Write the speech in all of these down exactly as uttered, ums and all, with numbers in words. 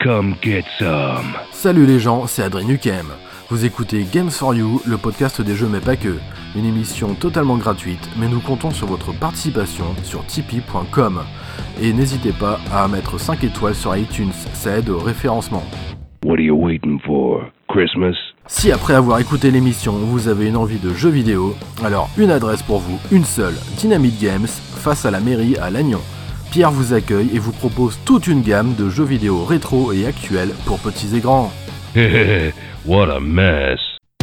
Come get some. Salut les gens, c'est Adrien Nukem. Vous écoutez Games for You, le podcast des jeux mais pas que. Une émission totalement gratuite, mais nous comptons sur votre participation sur tipeee point com. Et n'hésitez pas à mettre cinq étoiles sur iTunes, ça aide au référencement. What are you waiting for? Christmas? Si après avoir écouté l'émission, vous avez une envie de jeux vidéo, alors une adresse pour vous, une seule, Dynamite Games, face à la mairie à Lannion. Pierre vous accueille et vous propose toute une gamme de jeux vidéo rétro et actuels pour petits et grands. What a mess.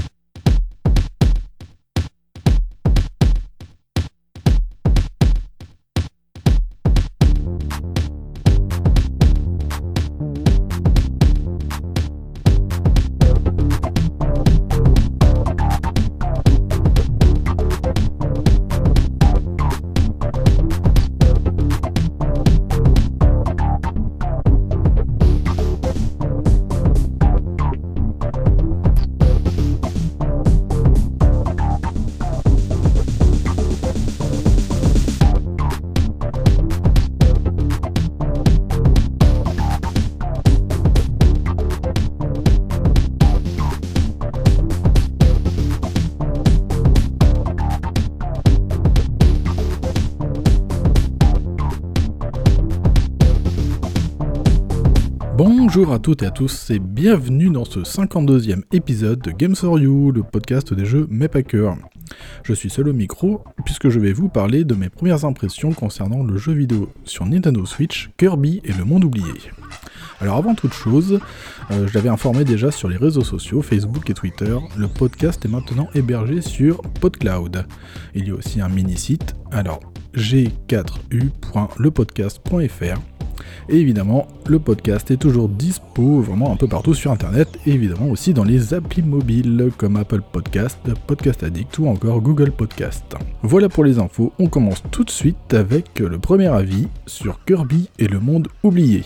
Bonjour à toutes et à tous et bienvenue dans ce cinquante-deuxième épisode de Games for You, le podcast des jeux mais pas que. Je suis seul au micro puisque je vais vous parler de mes premières impressions concernant le jeu vidéo sur Nintendo Switch, Kirby et le monde oublié. Alors avant toute chose, euh, je l'avais informé déjà sur les réseaux sociaux, Facebook et Twitter, le podcast est maintenant hébergé sur PodCloud. Il y a aussi un mini-site, alors g quatre u point le podcast point f r. Et évidemment, le podcast est toujours dispo vraiment un peu partout sur internet, et évidemment aussi dans les applis mobiles comme Apple Podcast, Podcast Addict ou encore Google Podcast. Voilà pour les infos, on commence tout de suite avec le premier avis sur Kirby et le monde oublié.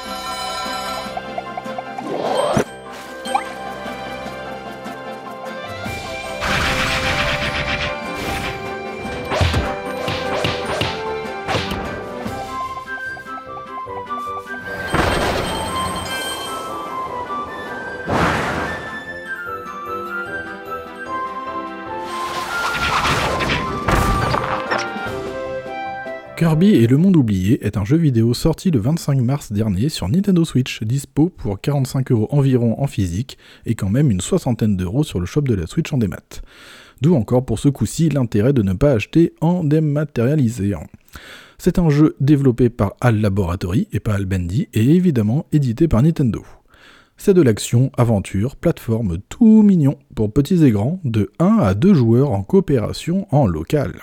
Kirby et le monde oublié est un jeu vidéo sorti le vingt-cinq mars dernier sur Nintendo Switch, dispo pour quarante-cinq euros environ en physique et quand même une soixantaine d'euros sur le shop de la Switch en démat. D'où encore pour ce coup-ci l'intérêt de ne pas acheter en dématérialisé. C'est un jeu développé par HAL Laboratory et pas HAL Bendy et évidemment édité par Nintendo. C'est de l'action, aventure, plateforme tout mignon pour petits et grands, de un à deux joueurs en coopération en local.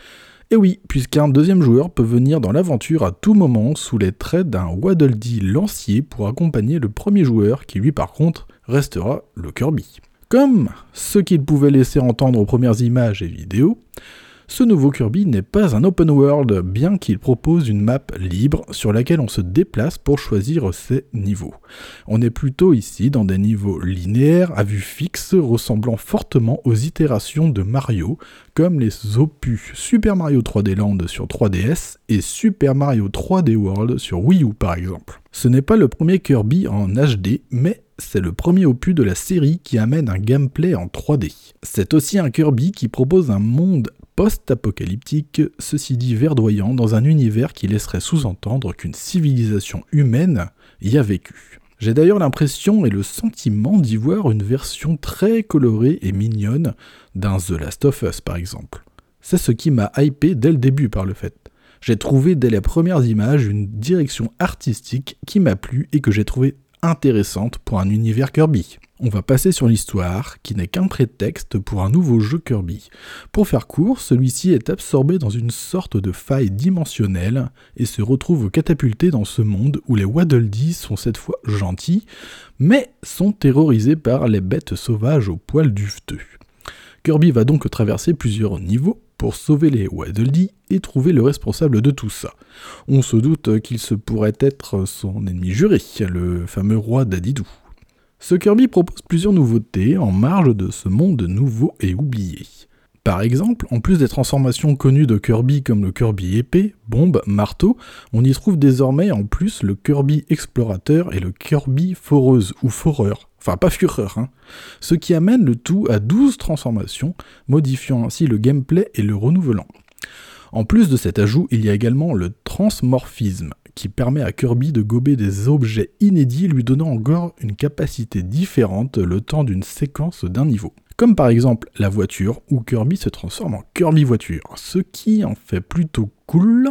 Et oui, puisqu'un deuxième joueur peut venir dans l'aventure à tout moment sous les traits d'un Waddle Dee lancier pour accompagner le premier joueur qui lui par contre restera le Kirby. Comme ce qu'il pouvait laisser entendre aux premières images et vidéos, ce nouveau Kirby n'est pas un open world, bien qu'il propose une map libre sur laquelle on se déplace pour choisir ses niveaux. On est plutôt ici dans des niveaux linéaires à vue fixe ressemblant fortement aux itérations de Mario, comme les opus Super Mario trois D Land sur trois D S et Super Mario trois D World sur Wii U par exemple. Ce n'est pas le premier Kirby en H D, mais c'est le premier opus de la série qui amène un gameplay en trois D. C'est aussi un Kirby qui propose un monde post-apocalyptique, ceci dit verdoyant, dans un univers qui laisserait sous-entendre qu'une civilisation humaine y a vécu. J'ai d'ailleurs l'impression et le sentiment d'y voir une version très colorée et mignonne d'un The Last of Us par exemple. C'est ce qui m'a hypé dès le début par le fait. J'ai trouvé dès les premières images une direction artistique qui m'a plu et que j'ai trouvé intéressante pour un univers Kirby. On va passer sur l'histoire, qui n'est qu'un prétexte pour un nouveau jeu Kirby. Pour faire court, celui-ci est absorbé dans une sorte de faille dimensionnelle et se retrouve catapulté dans ce monde où les Waddle Dee sont cette fois gentils, mais sont terrorisés par les bêtes sauvages aux poils duveteux. Kirby va donc traverser plusieurs niveaux pour sauver les Waddle Dee et trouver le responsable de tout ça. On se doute qu'il se pourrait être son ennemi juré, le fameux roi Dadidou. Ce Kirby propose plusieurs nouveautés en marge de ce monde nouveau et oublié. Par exemple, en plus des transformations connues de Kirby comme le Kirby épée, bombe, marteau, on y trouve désormais en plus le Kirby explorateur et le Kirby foreuse ou foreur, enfin pas fureur, hein, ce qui amène le tout à douze transformations, modifiant ainsi le gameplay et le renouvelant. En plus de cet ajout, il y a également le transmorphisme, qui permet à Kirby de gober des objets inédits, lui donnant encore une capacité différente le temps d'une séquence d'un niveau. Comme par exemple la voiture, où Kirby se transforme en Kirby voiture, ce qui en fait plutôt cool,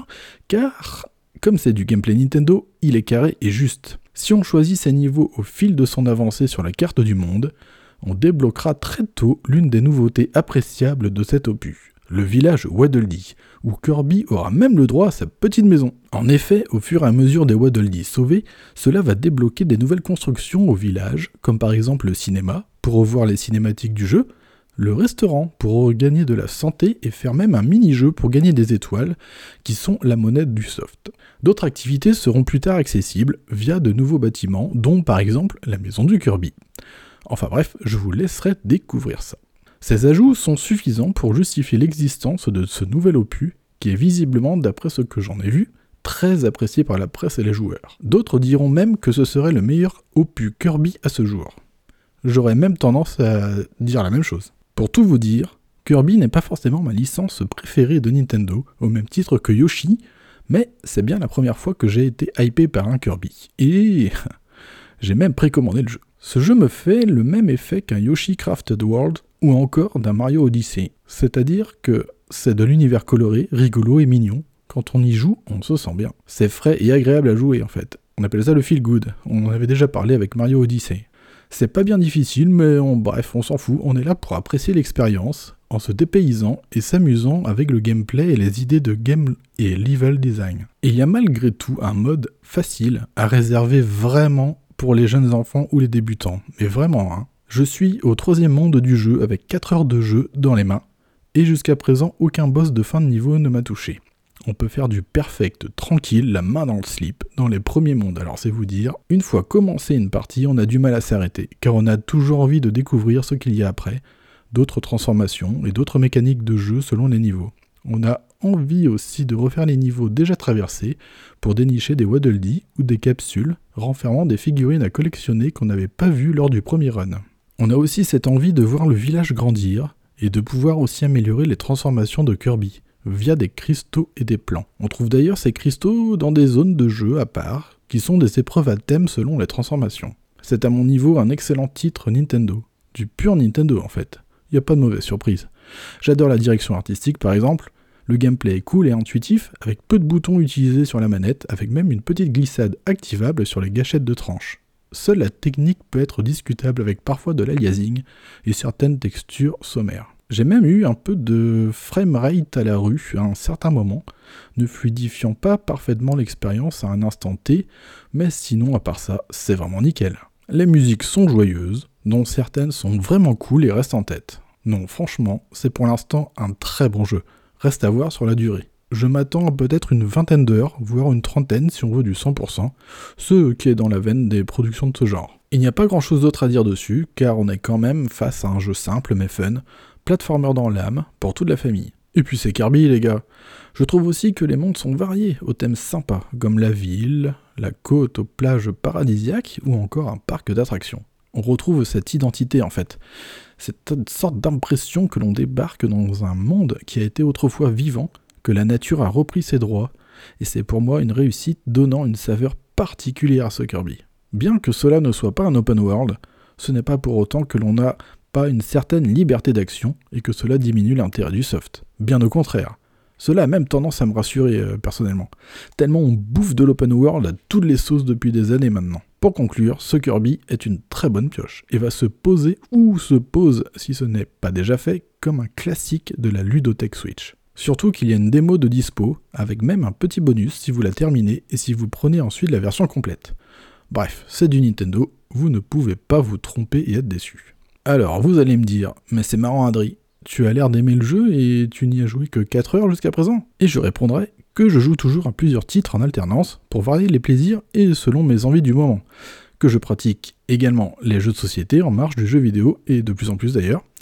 car comme c'est du gameplay Nintendo, il est carré et juste. Si on choisit ses niveaux au fil de son avancée sur la carte du monde, on débloquera très tôt l'une des nouveautés appréciables de cet opus, le village Waddle Dee, où Kirby aura même le droit à sa petite maison. En effet, au fur et à mesure des Waddle Dee sauvés, cela va débloquer des nouvelles constructions au village, comme par exemple le cinéma, pour revoir les cinématiques du jeu, le restaurant pour regagner de la santé et faire même un mini-jeu pour gagner des étoiles, qui sont la monnaie du soft. D'autres activités seront plus tard accessibles via de nouveaux bâtiments, dont par exemple la maison du Kirby. Enfin bref, je vous laisserai découvrir ça. Ces ajouts sont suffisants pour justifier l'existence de ce nouvel opus, qui est visiblement, d'après ce que j'en ai vu, très apprécié par la presse et les joueurs. D'autres diront même que ce serait le meilleur opus Kirby à ce jour. J'aurais même tendance à dire la même chose. Pour tout vous dire, Kirby n'est pas forcément ma licence préférée de Nintendo, au même titre que Yoshi, mais c'est bien la première fois que j'ai été hypé par un Kirby. Et j'ai même précommandé le jeu. Ce jeu me fait le même effet qu'un Yoshi Crafted World ou encore d'un Mario Odyssey. C'est-à-dire que c'est de l'univers coloré, rigolo et mignon. Quand on y joue, on se sent bien. C'est frais et agréable à jouer en fait. On appelle ça le feel good. On en avait déjà parlé avec Mario Odyssey. C'est pas bien difficile, mais on, bref, on s'en fout. On est là pour apprécier l'expérience, en se dépaysant et s'amusant avec le gameplay et les idées de game et level design. Et il y a malgré tout un mode facile à réserver vraiment pour les jeunes enfants ou les débutants. Mais vraiment, hein. Je suis au troisième monde du jeu avec quatre heures de jeu dans les mains, et jusqu'à présent, aucun boss de fin de niveau ne m'a touché. On peut faire du perfect tranquille, la main dans le slip, dans les premiers mondes, alors c'est vous dire. Une fois commencé une partie, on a du mal à s'arrêter, car on a toujours envie de découvrir ce qu'il y a après, d'autres transformations et d'autres mécaniques de jeu selon les niveaux. On a envie aussi de refaire les niveaux déjà traversés pour dénicher des Waddle Dee ou des capsules renfermant des figurines à collectionner qu'on n'avait pas vues lors du premier run. On a aussi cette envie de voir le village grandir et de pouvoir aussi améliorer les transformations de Kirby via des cristaux et des plans. On trouve d'ailleurs ces cristaux dans des zones de jeu à part, qui sont des épreuves à thème selon les transformations. C'est à mon niveau un excellent titre Nintendo. Du pur Nintendo en fait. Y a pas de mauvaise surprise. J'adore la direction artistique par exemple, le gameplay est cool et intuitif, avec peu de boutons utilisés sur la manette, avec même une petite glissade activable sur les gâchettes de tranche. Seule la technique peut être discutable avec parfois de l'aliasing et certaines textures sommaires. J'ai même eu un peu de framerate à la rue à un certain moment, ne fluidifiant pas parfaitement l'expérience à un instant T, mais sinon à part ça, c'est vraiment nickel. Les musiques sont joyeuses, dont certaines sont vraiment cool et restent en tête. Non, franchement, c'est pour l'instant un très bon jeu, reste à voir sur la durée. Je m'attends à peut-être une vingtaine d'heures, voire une trentaine si on veut du cent pour cent, ce qui est dans la veine des productions de ce genre. Il n'y a pas grand chose d'autre à dire dessus, car on est quand même face à un jeu simple mais fun, platformer dans l'âme, pour toute la famille. Et puis c'est Kirby les gars. Je trouve aussi que les mondes sont variés, aux thèmes sympas, comme la ville, la côte aux plages paradisiaques, ou encore un parc d'attractions. On retrouve cette identité en fait, cette sorte d'impression que l'on débarque dans un monde qui a été autrefois vivant, que la nature a repris ses droits, et c'est pour moi une réussite donnant une saveur particulière à ce Kirby. Bien que cela ne soit pas un open world, ce n'est pas pour autant que l'on n'a pas une certaine liberté d'action et que cela diminue l'intérêt du soft. Bien au contraire. Cela a même tendance à me rassurer euh, personnellement, tellement on bouffe de l'open world à toutes les sauces depuis des années maintenant. Pour conclure, ce Kirby est une très bonne pioche et va se poser ou se pose, si ce n'est pas déjà fait, comme un classique de la ludothèque Switch. Surtout qu'il y a une démo de dispo, avec même un petit bonus si vous la terminez et si vous prenez ensuite la version complète. Bref, c'est du Nintendo, vous ne pouvez pas vous tromper et être déçu. Alors, vous allez me dire, mais c'est marrant Adri, tu as l'air d'aimer le jeu et tu n'y as joué que quatre heures jusqu'à présent. Et je répondrai que je joue toujours à plusieurs titres en alternance, pour varier les plaisirs et selon mes envies du moment. Que je pratique également les jeux de société en marge du jeu vidéo, et de plus en plus d'ailleurs,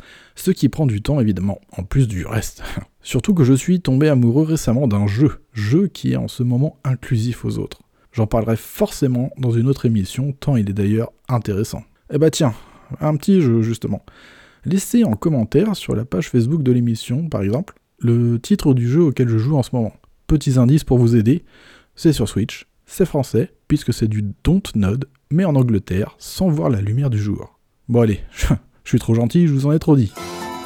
ce qui prend du temps évidemment, en plus du reste. Surtout que je suis tombé amoureux récemment d'un jeu, jeu qui est en ce moment inclusif aux autres. J'en parlerai forcément dans une autre émission, tant il est d'ailleurs intéressant. Eh bah tiens, un petit jeu justement. Laissez en commentaire sur la page Facebook de l'émission, par exemple, le titre du jeu auquel je joue en ce moment. Petits indices pour vous aider, c'est sur Switch, c'est français, puisque c'est du Dontnod, mais en Angleterre, sans voir la lumière du jour. Bon allez, je suis trop gentil, je vous en ai trop dit.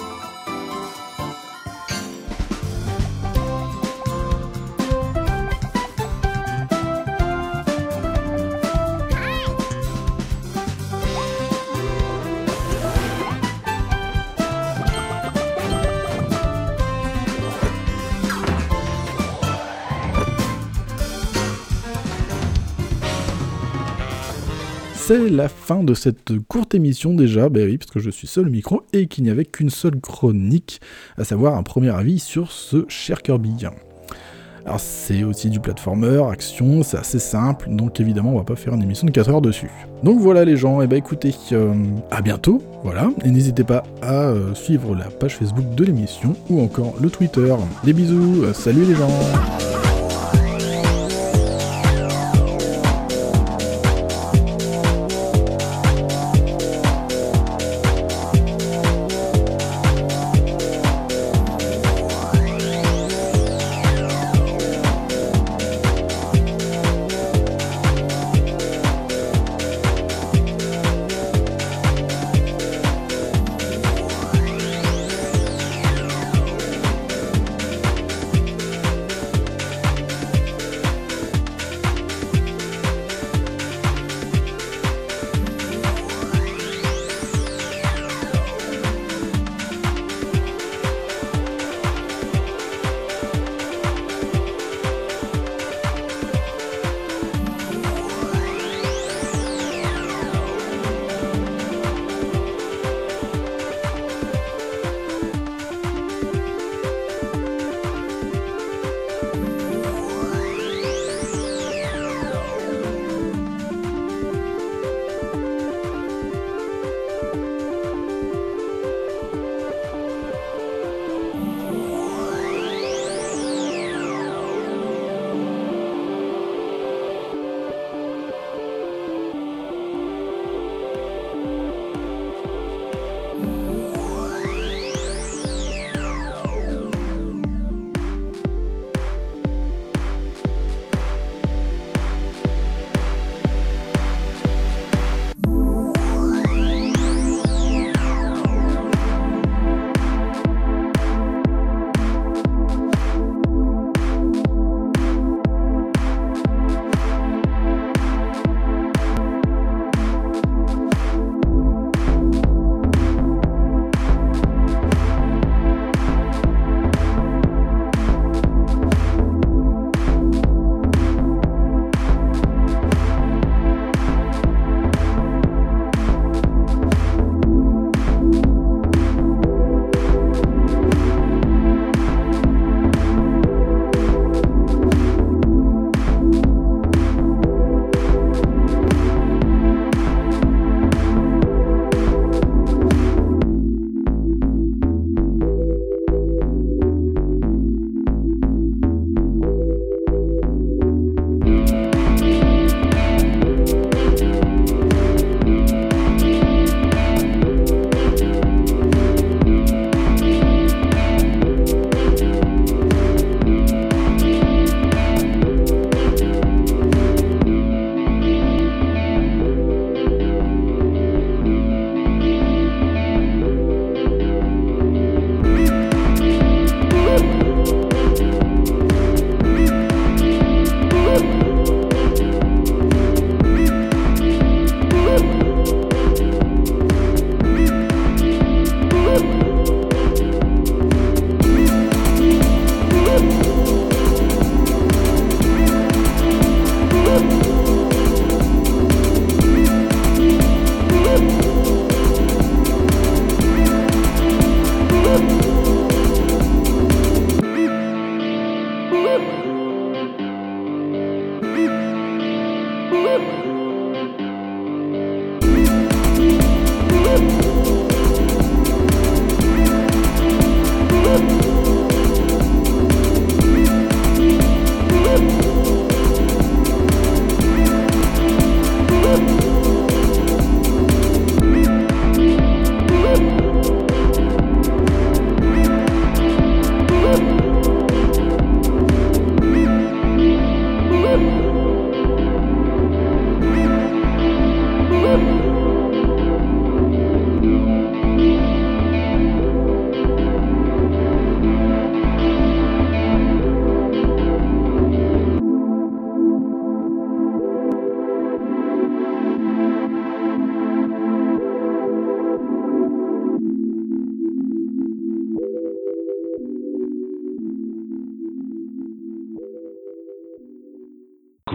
C'est la fin de cette courte émission déjà, bah oui, parce que je suis seul au micro et qu'il n'y avait qu'une seule chronique, à savoir un premier avis sur ce cher Kirby. Alors c'est aussi du platformer, action, c'est assez simple, donc évidemment on va pas faire une émission de quatre heures dessus. Donc voilà les gens, et bah écoutez, euh, à bientôt, voilà, et n'hésitez pas à euh, suivre la page Facebook de l'émission, ou encore le Twitter. Des bisous, euh, salut les gens.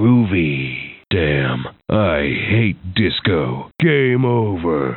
groovy. Damn, I hate disco. Game over.